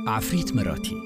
عفريت مراتي.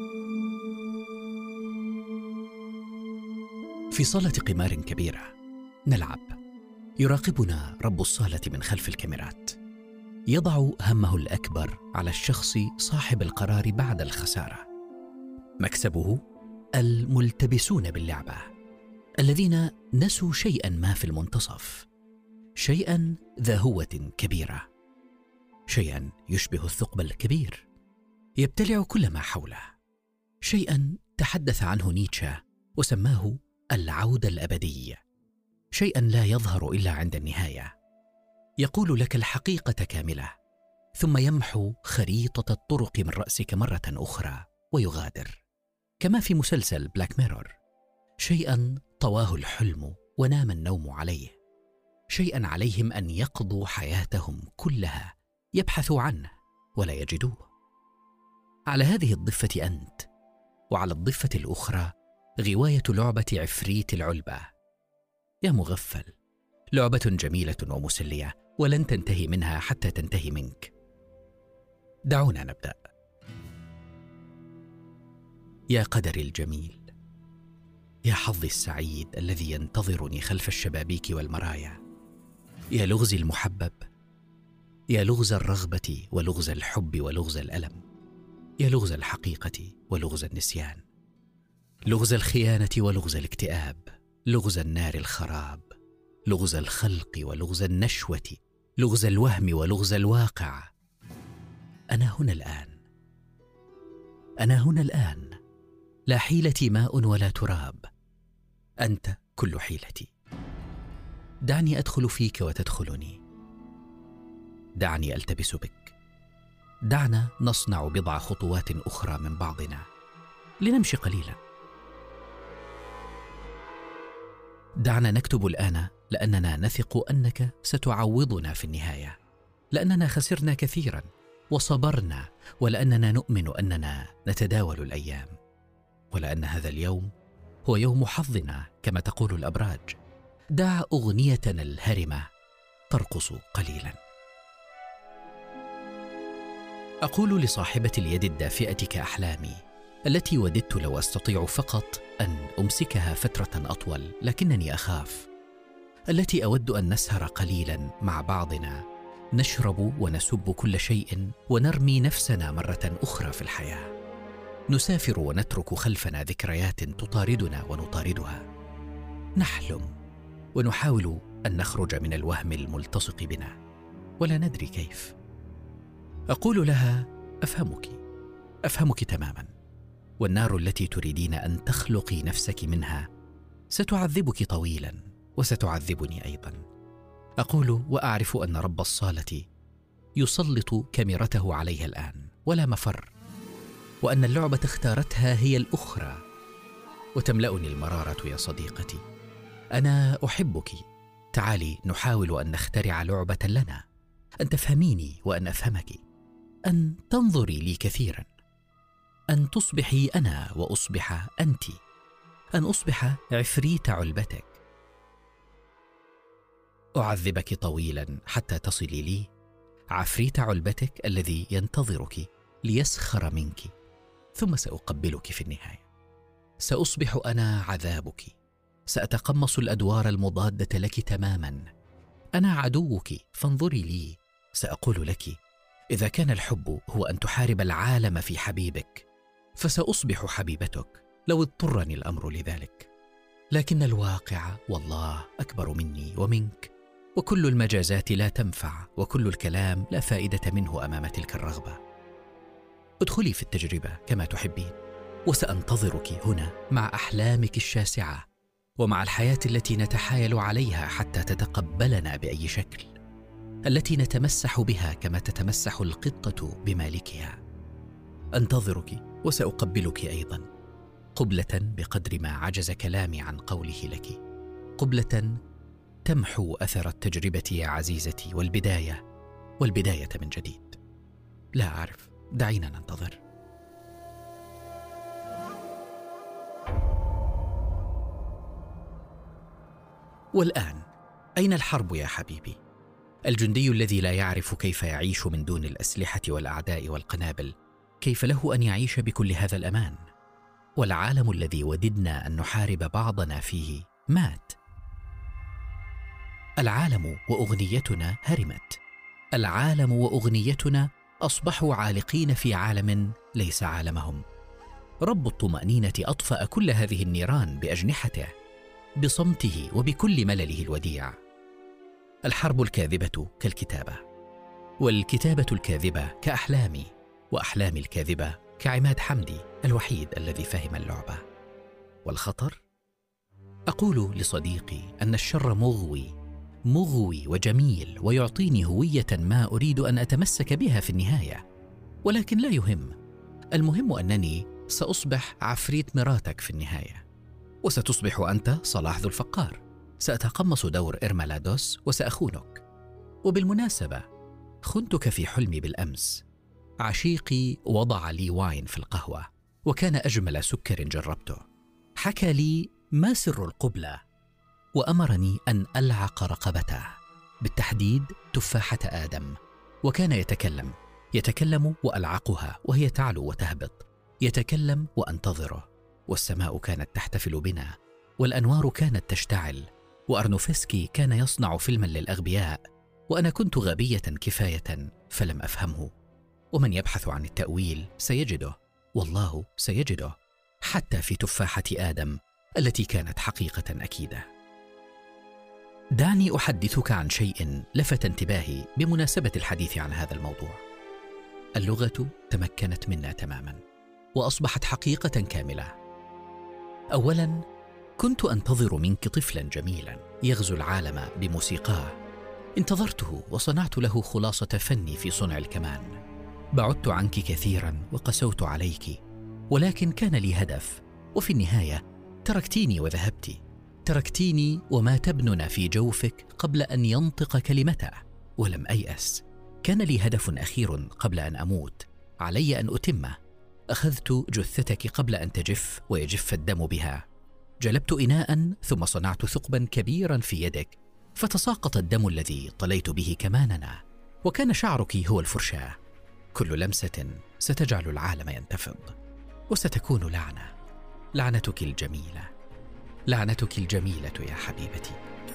في صالة قمار كبيرة نلعب. يراقبنا رب الصالة من خلف الكاميرات. يضع همه الأكبر على الشخص صاحب القرار بعد الخسارة. مكسبه الملتبسون باللعبة، الذين نسوا شيئا ما في المنتصف، شيئا ذا هوة كبيرة، شيئا يشبه الثقب الكبير يبتلع كل ما حوله، شيئا تحدث عنه نيتشه وسماه العودة الأبدية، شيئا لا يظهر إلا عند النهاية. يقول لك الحقيقة كاملة ثم يمحو خريطة الطرق من رأسك مرة أخرى ويغادر، كما في مسلسل بلاك ميرور. شيئا طواه الحلم ونام النوم عليه، شيئا عليهم أن يقضوا حياتهم كلها يبحثوا عنه ولا يجدوه. على هذه الضفة أنت، وعلى الضفة الأخرى غواية لعبة عفريت العلبة. يا مغفل، لعبة جميلة ومسلية ولن تنتهي منها حتى تنتهي منك. دعونا نبدأ. يا قدري الجميل، يا حظي السعيد الذي ينتظرني خلف الشبابيك والمرايا، يا لغزي المحبب، يا لغز الرغبة ولغز الحب ولغز الألم، يا لغز الحقيقة ولغز النسيان، لغز الخيانة ولغز الاكتئاب، لغز النار الخراب، لغز الخلق ولغز النشوة، لغز الوهم ولغز الواقع. أنا هنا الآن، أنا هنا الآن، لا حيلتي ماء ولا تراب، أنت كل حيلتي. دعني أدخل فيك وتدخلني، دعني ألتبس بك، دعنا نصنع بضع خطوات أخرى من بعضنا لنمشي قليلا. دعنا نكتب الآن لأننا نثق أنك ستعوضنا في النهاية، لأننا خسرنا كثيرا وصبرنا، ولأننا نؤمن أننا نتداول الأيام، ولأن هذا اليوم هو يوم حظنا كما تقول الأبراج. دع أغنيتنا الهرمة ترقص قليلا. أقول لصاحبة اليد الدافئة كأحلامي، التي وددت لو أستطيع فقط أن أمسكها فترة أطول لكنني أخاف، التي أود أن نسهر قليلا مع بعضنا، نشرب ونسب كل شيء ونرمي نفسنا مرة أخرى في الحياة، نسافر ونترك خلفنا ذكريات تطاردنا ونطاردها، نحلم ونحاول أن نخرج من الوهم الملتصق بنا ولا ندري كيف. أقول لها أفهمك، أفهمك تماما، والنار التي تريدين أن تخلقي نفسك منها ستعذبك طويلا وستعذبني أيضا. أقول وأعرف أن رب الصالة يسلط كاميرته عليها الآن ولا مفر، وأن اللعبة اختارتها هي الأخرى، وتملأني المرارة يا صديقتي. أنا أحبك، تعالي نحاول أن نخترع لعبة لنا، أن تفهميني وأن أفهمك، أن تنظري لي كثيرا، أن تصبحي أنا وأصبح أنت، أن أصبح عفريت علبتك، أعذبك طويلا حتى تصلي لي، عفريت علبتك الذي ينتظرك ليسخر منك، ثم سأقبلك في النهاية. سأصبح أنا عذابك، سأتقمص الأدوار المضادة لك تماما. أنا عدوك فانظري لي. سأقول لك إذا كان الحب هو أن تحارب العالم في حبيبك، فسأصبح حبيبتك لو اضطرني الأمر لذلك. لكن الواقع والله أكبر مني ومنك، وكل المجازات لا تنفع، وكل الكلام لا فائدة منه أمام تلك الرغبة. ادخلي في التجربة كما تحبين، وسأنتظرك هنا مع أحلامك الشاسعة، ومع الحياة التي نتحايل عليها حتى تتقبلنا بأي شكل، التي نتمسح بها كما تتمسح القطة بمالكها. أنتظرك وسأقبلك أيضا، قبلة بقدر ما عجز كلامي عن قوله لك، قبلة تمحو أثر التجربة يا عزيزتي، والبداية من جديد. لا أعرف، دعينا ننتظر. والآن أين الحرب يا حبيبي؟ الجندي الذي لا يعرف كيف يعيش من دون الأسلحة والأعداء والقنابل، كيف له أن يعيش بكل هذا الأمان؟ والعالم الذي وددنا أن نحارب بعضنا فيه مات. العالم وأغنيتنا هرمت. العالم وأغنيتنا أصبحوا عالقين في عالم ليس عالمهم. رب الطمأنينة أطفأ كل هذه النيران بأجنحته، بصمته وبكل ملله الوديع. الحرب الكاذبة كالكتابة، والكتابة الكاذبة كأحلامي، وأحلامي الكاذبة كعماد حمدي الوحيد الذي فهم اللعبة. والخطر؟ أقول لصديقي أن الشر مغوي وجميل، ويعطيني هوية ما أريد أن أتمسك بها في النهاية، ولكن لا يهم. المهم أنني سأصبح عفريت مراتك في النهاية، وستصبح أنت صلاح ذو الفقار. سأتقمص دور إرمالادوس وسأخونك. وبالمناسبة خنتك في حلمي بالأمس. عشيقي وضع لي واين في القهوة، وكان أجمل سكر جربته. حكى لي ما سر القبلة، وأمرني أن ألعق رقبته، بالتحديد تفاحة آدم. وكان يتكلم وألعقها وهي تعلو وتهبط، يتكلم وأنتظره. والسماء كانت تحتفل بنا، والأنوار كانت تشتعل، وأرنوفسكي كان يصنع فيلما للأغبياء، وأنا كنت غبية كفاية فلم أفهمه. ومن يبحث عن التأويل سيجده، والله سيجده، حتى في تفاحة آدم التي كانت حقيقة أكيدة. دعني أحدثك عن شيء لفت انتباهي بمناسبة الحديث عن هذا الموضوع. اللغة تمكنت منا تماما، وأصبحت حقيقة كاملة. أولا، كنت أنتظر منك طفلا جميلا يغزو العالم بموسيقاه. انتظرته وصنعت له خلاصة فني في صنع الكمان. بعدت عنك كثيرا وقسوت عليك، ولكن كان لي هدف، وفي النهاية تركتيني وذهبت. تركتيني وما تبننا في جوفك قبل أن ينطق كلمته، ولم أيأس. كان لي هدف أخير قبل أن أموت، علي أن أتمه. أخذت جثتك قبل أن تجف ويجف الدم بها. جلبت إناء ثم صنعت ثقبا كبيرا في يدك، فتساقط الدم الذي طليت به كماننا، وكان شعرك هو الفرشاة. كل لمسة ستجعل العالم ينتفض، وستكون لعنتك الجميلة، لعنتك الجميلة يا حبيبتي.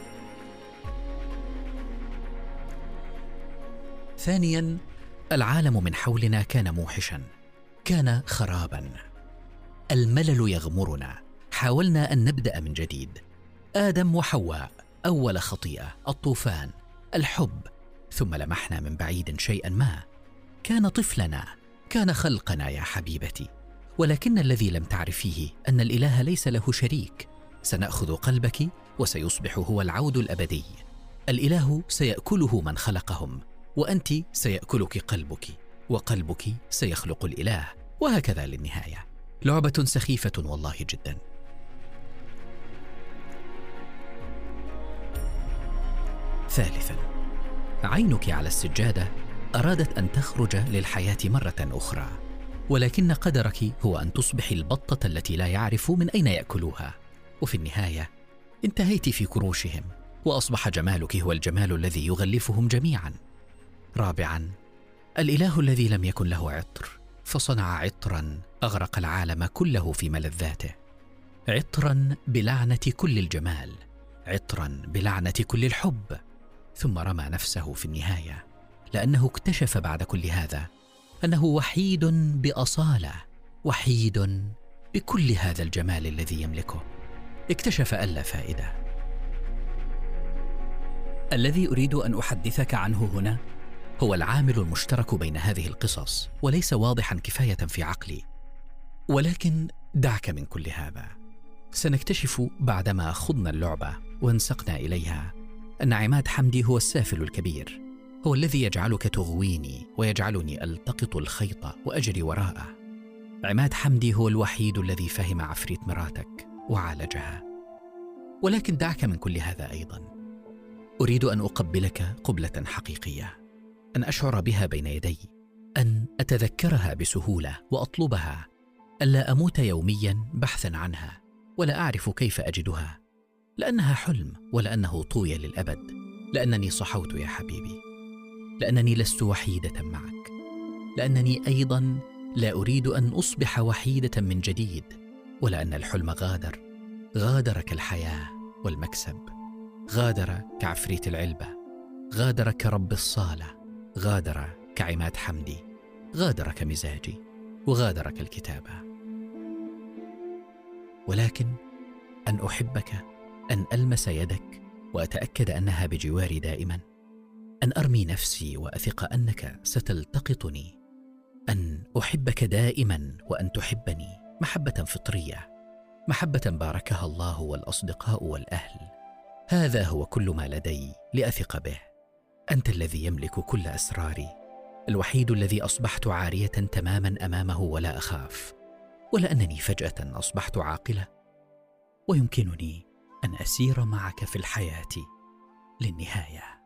ثانيا، العالم من حولنا كان موحشا، كان خرابا. الملل يغمرنا. حاولنا أن نبدأ من جديد. آدم وحواء، أول خطيئة، الطوفان، الحب، ثم لمحنا من بعيد شيئا ما. كان طفلنا، كان خلقنا يا حبيبتي. ولكن الذي لم تعرفيه أن الإله ليس له شريك. سنأخذ قلبك وسيصبح هو العود الأبدي. الإله سيأكله من خلقهم، وأنت سيأكلك قلبك، وقلبك سيخلق الإله، وهكذا للنهاية. لعبة سخيفة والله جدا. ثالثا، عينك على السجادة أرادت أن تخرج للحياة مرة أخرى، ولكن قدرك هو أن تصبحي البطة التي لا يعرف من أين يأكلوها. وفي النهاية انتهيت في كروشهم، وأصبح جمالك هو الجمال الذي يغلفهم جميعا. رابعا، الإله الذي لم يكن له عطر، فصنع عطرا أغرق العالم كله في ملذاته. عطرا بلعنة كل الجمال، عطرا بلعنة كل الحب، ثم رمى نفسه في النهاية، لأنه اكتشف بعد كل هذا أنه وحيد بأصالة، وحيد بكل هذا الجمال الذي يملكه. اكتشف ألا فائدة. الذي أريد أن أحدثك عنه هنا هو العامل المشترك بين هذه القصص، وليس واضحا كفاية في عقلي. ولكن دعك من كل هذا. سنكتشف بعدما خضنا اللعبة وانسقنا إليها أن عماد حمدي هو السافل الكبير، هو الذي يجعلك تغويني ويجعلني ألتقط الخيط وأجري وراءه. عماد حمدي هو الوحيد الذي فهم عفريت مراتك وعالجها. ولكن دعك من كل هذا أيضا. أريد أن أقبلك قبلة حقيقية، أن أشعر بها بين يدي، أن أتذكرها بسهولة وأطلبها، ألا أموت يوميا بحثا عنها ولا أعرف كيف أجدها، لأنها حلم ولأنه طوي للأبد، لأنني صحوت يا حبيبي، لأنني لست وحيدة معك، لأنني أيضا لا أريد أن أصبح وحيدة من جديد، ولا أن الحلم غادر كالحياة والمكسب، غادر كعفريت العلبة، غادر كرب الصالة، غادر كعماد حمدي، غادر كمزاجي، وغادر كالكتابة. ولكن أن أحبك، أن ألمس يدك وأتأكد أنها بجواري دائما، أن أرمي نفسي وأثق أنك ستلتقطني، أن أحبك دائما وأن تحبني محبة فطرية، محبة باركها الله والأصدقاء والأهل. هذا هو كل ما لدي لأثق به. أنت الذي يملك كل أسراري، الوحيد الذي أصبحت عارية تماما أمامه ولا أخاف، ولا أنني فجأة أصبحت عاقلة، ويمكنني أن أسير معك في الحياة للنهاية.